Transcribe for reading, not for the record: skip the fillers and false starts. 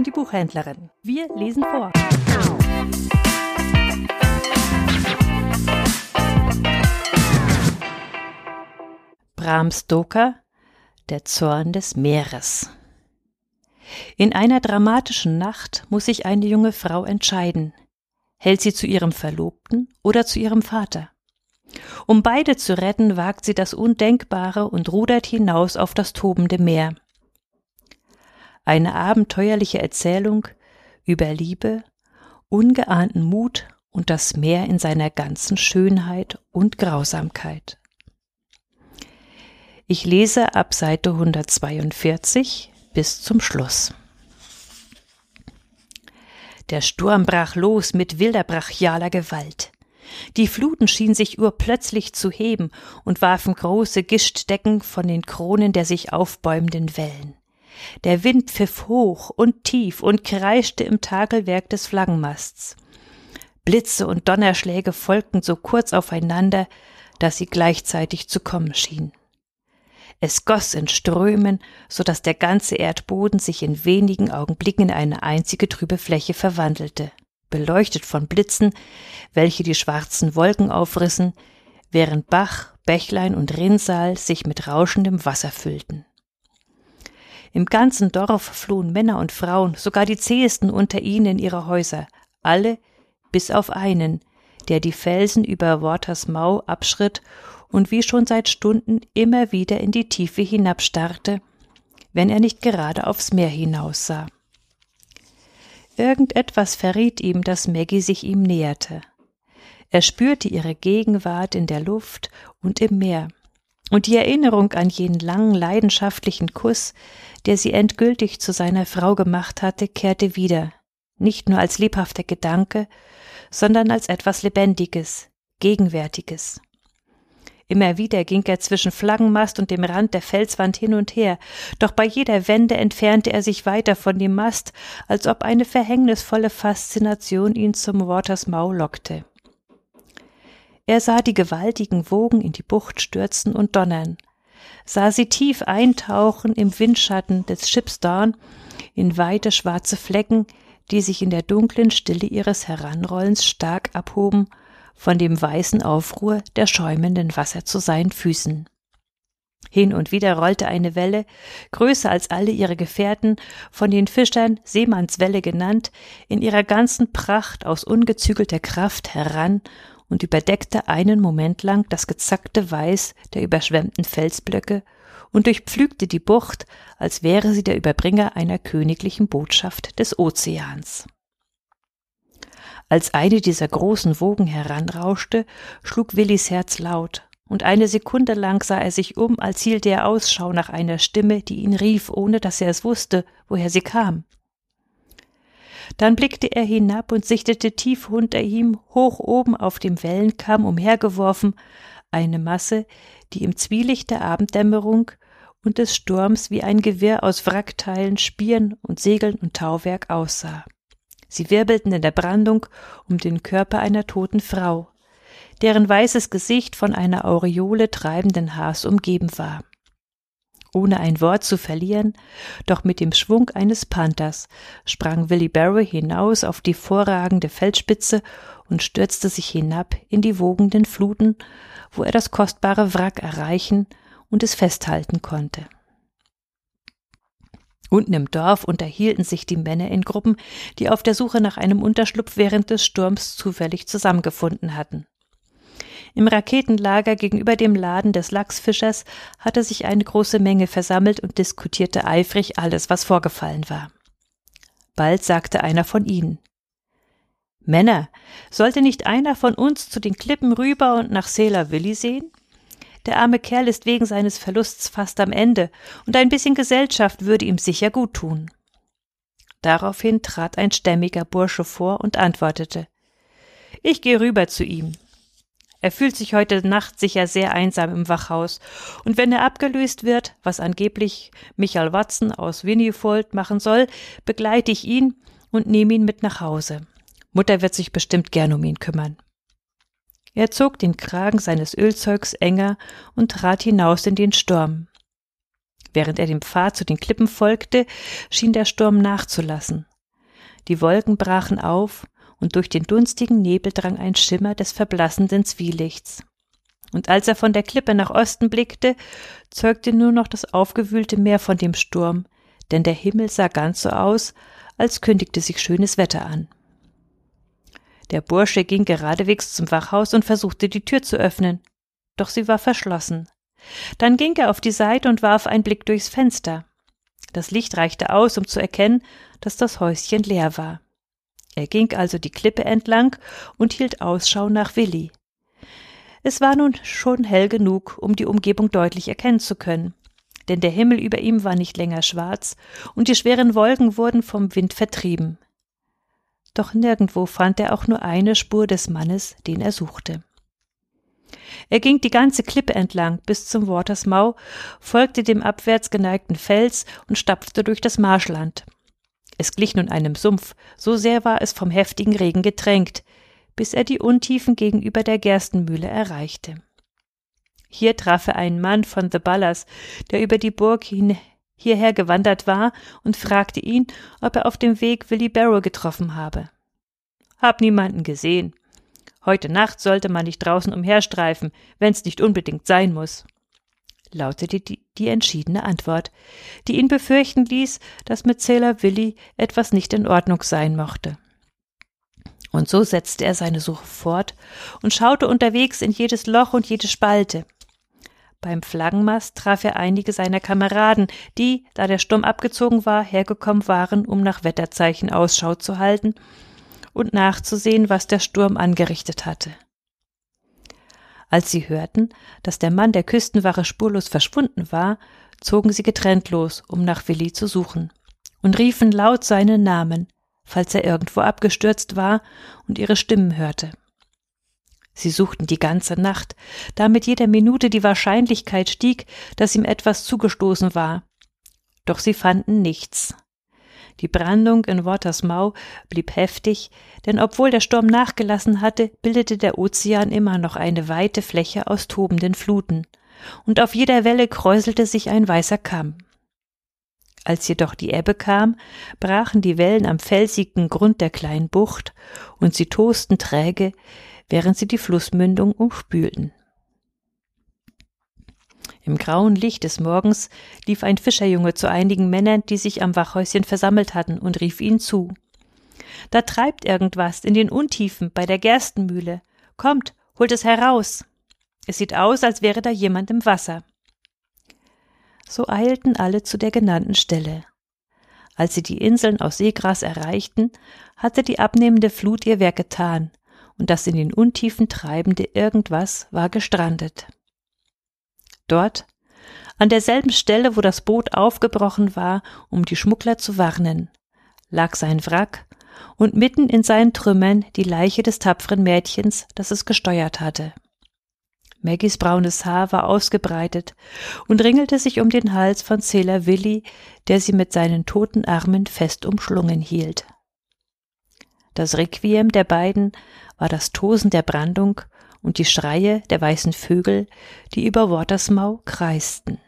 und die Buchhändlerin. Wir lesen vor. Bram Stoker, Der Zorn des Meeres. In einer dramatischen Nacht muss sich eine junge Frau entscheiden. Hält sie zu ihrem Verlobten oder zu ihrem Vater? Um beide zu retten, wagt sie das Undenkbare und rudert hinaus auf das tobende Meer. Eine abenteuerliche Erzählung über Liebe, ungeahnten Mut und das Meer in seiner ganzen Schönheit und Grausamkeit. Ich lese ab Seite 142 bis zum Schluss. Der Sturm brach los mit wilder brachialer Gewalt. Die Fluten schienen sich urplötzlich zu heben und warfen große Gischtdecken von den Kronen der sich aufbäumenden Wellen. Der Wind pfiff hoch und tief und kreischte im Takelwerk des Flaggenmasts. Blitze und Donnerschläge folgten so kurz aufeinander, dass sie gleichzeitig zu kommen schienen. Es goss in Strömen, so dass der ganze Erdboden sich in wenigen Augenblicken in eine einzige trübe Fläche verwandelte, beleuchtet von Blitzen, welche die schwarzen Wolken aufrissen, während Bach, Bächlein und Rinnsal sich mit rauschendem Wasser füllten. Im ganzen Dorf flohen Männer und Frauen, sogar die zähesten unter ihnen in ihre Häuser, alle bis auf einen, der die Felsen über Waters Mau abschritt und wie schon seit Stunden immer wieder in die Tiefe hinabstarrte, wenn er nicht gerade aufs Meer hinaussah. Irgendetwas verriet ihm, dass Maggie sich ihm näherte. Er spürte ihre Gegenwart in der Luft und im Meer, und die Erinnerung an jenen langen, leidenschaftlichen Kuss, der sie endgültig zu seiner Frau gemacht hatte, kehrte wieder, nicht nur als lebhafter Gedanke, sondern als etwas Lebendiges, Gegenwärtiges. Immer wieder ging er zwischen Flaggenmast und dem Rand der Felswand hin und her, doch bei jeder Wende entfernte er sich weiter von dem Mast, als ob eine verhängnisvolle Faszination ihn zum Waters Mau lockte. Er sah die gewaltigen Wogen in die Bucht stürzen und donnern, sah sie tief eintauchen im Windschatten des Schiffs Dawn in weite schwarze Flecken, die sich in der dunklen Stille ihres Heranrollens stark abhoben von dem weißen Aufruhr der schäumenden Wasser zu seinen Füßen. Hin und wieder rollte eine Welle, größer als alle ihre Gefährten, von den Fischern Seemannswelle genannt, in ihrer ganzen Pracht aus ungezügelter Kraft heran und überdeckte einen Moment lang das gezackte Weiß der überschwemmten Felsblöcke und durchpflügte die Bucht, als wäre sie der Überbringer einer königlichen Botschaft des Ozeans. Als eine dieser großen Wogen heranrauschte, schlug Willis Herz laut, und eine Sekunde lang sah er sich um, als hielte er Ausschau nach einer Stimme, die ihn rief, ohne dass er es wusste, woher sie kam. Dann blickte er hinab und sichtete tief unter ihm, hoch oben auf dem Wellenkamm umhergeworfen, eine Masse, die im Zwielicht der Abenddämmerung und des Sturms wie ein Gewirr aus Wrackteilen, Spieren und Segeln und Tauwerk aussah. Sie wirbelten in der Brandung um den Körper einer toten Frau, deren weißes Gesicht von einer Aureole treibenden Haars umgeben war. Ohne ein Wort zu verlieren, doch mit dem Schwung eines Panthers, sprang Willy Barrow hinaus auf die vorragende Felsspitze und stürzte sich hinab in die wogenden Fluten, wo er das kostbare Wrack erreichen und es festhalten konnte. Unten im Dorf unterhielten sich die Männer in Gruppen, die auf der Suche nach einem Unterschlupf während des Sturms zufällig zusammengefunden hatten. Im Raketenlager gegenüber dem Laden des Lachsfischers hatte sich eine große Menge versammelt und diskutierte eifrig alles, was vorgefallen war. Bald sagte einer von ihnen: »Männer, sollte nicht einer von uns zu den Klippen rüber und nach Sailor Willy sehen? Der arme Kerl ist wegen seines Verlusts fast am Ende, und ein bisschen Gesellschaft würde ihm sicher gut tun.« Daraufhin trat ein stämmiger Bursche vor und antwortete: »Ich gehe rüber zu ihm. Er fühlt sich heute Nacht sicher sehr einsam im Wachhaus, und wenn er abgelöst wird, was angeblich Michael Watson aus Whinnyfold machen soll, begleite ich ihn und nehme ihn mit nach Hause. Mutter wird sich bestimmt gern um ihn kümmern.« Er zog den Kragen seines Ölzeugs enger und trat hinaus in den Sturm. Während er dem Pfad zu den Klippen folgte, schien der Sturm nachzulassen, Die Wolken brachen auf, und durch den dunstigen Nebel drang ein Schimmer des verblassenden Zwielichts. Und als er von der Klippe nach Osten blickte, zeugte nur noch das aufgewühlte Meer von dem Sturm, denn der Himmel sah ganz so aus, als kündigte sich schönes Wetter an. Der Bursche ging geradewegs zum Wachhaus und versuchte, die Tür zu öffnen, doch sie war verschlossen. Dann ging er auf die Seite und warf einen Blick durchs Fenster. Das Licht reichte aus, um zu erkennen, dass das Häuschen leer war. Er ging also die Klippe entlang und hielt Ausschau nach Willi. Es war nun schon hell genug, um die Umgebung deutlich erkennen zu können, denn der Himmel über ihm war nicht länger schwarz und die schweren Wolken wurden vom Wind vertrieben. Doch nirgendwo fand er auch nur eine Spur des Mannes, den er suchte. Er ging die ganze Klippe entlang bis zum Watersmau, folgte dem abwärts geneigten Fels und stapfte durch das Marschland. Es glich nun einem Sumpf, so sehr war es vom heftigen Regen getränkt, bis er die Untiefen gegenüber der Gerstenmühle erreichte. Hier traf er einen Mann von The Ballers, der über die Burg hierher gewandert war, und fragte ihn, ob er auf dem Weg Willi Barrow getroffen habe. »Hab niemanden gesehen. Heute Nacht sollte man nicht draußen umherstreifen, wenn's nicht unbedingt sein muss«, lautete die entschiedene Antwort, die ihn befürchten ließ, dass mit Sailor Willi etwas nicht in Ordnung sein mochte. Und so setzte er seine Suche fort und schaute unterwegs in jedes Loch und jede Spalte. Beim Flaggenmast traf er einige seiner Kameraden, die, da der Sturm abgezogen war, hergekommen waren, um nach Wetterzeichen Ausschau zu halten und nachzusehen, was der Sturm angerichtet hatte. Als sie hörten, dass der Mann der Küstenwache spurlos verschwunden war, zogen sie getrennt los, um nach Willi zu suchen, und riefen laut seinen Namen, falls er irgendwo abgestürzt war und ihre Stimmen hörte. Sie suchten die ganze Nacht, da mit jeder Minute die Wahrscheinlichkeit stieg, dass ihm etwas zugestoßen war. Doch sie fanden nichts. Die Brandung in Watersmau blieb heftig, denn obwohl der Sturm nachgelassen hatte, bildete der Ozean immer noch eine weite Fläche aus tobenden Fluten, und auf jeder Welle kräuselte sich ein weißer Kamm. Als jedoch die Ebbe kam, brachen die Wellen am felsigen Grund der kleinen Bucht, und sie tosten träge, während sie die Flussmündung umspülten. Im grauen Licht des Morgens lief ein Fischerjunge zu einigen Männern, die sich am Wachhäuschen versammelt hatten, und rief ihnen zu. »Da treibt irgendwas in den Untiefen bei der Gerstenmühle. Kommt, holt es heraus. Es sieht aus, als wäre da jemand im Wasser.« So eilten alle zu der genannten Stelle. Als sie die Inseln aus Seegras erreichten, hatte die abnehmende Flut ihr Werk getan, und das in den Untiefen treibende Irgendwas war gestrandet. Dort, an derselben Stelle, wo das Boot aufgebrochen war, um die Schmuggler zu warnen, lag sein Wrack und mitten in seinen Trümmern die Leiche des tapferen Mädchens, das es gesteuert hatte. Maggies braunes Haar war ausgebreitet und ringelte sich um den Hals von Sailor Willi, der sie mit seinen toten Armen fest umschlungen hielt. Das Requiem der beiden war das Tosen der Brandung und die Schreie der weißen Vögel, die über Watersmau kreisten.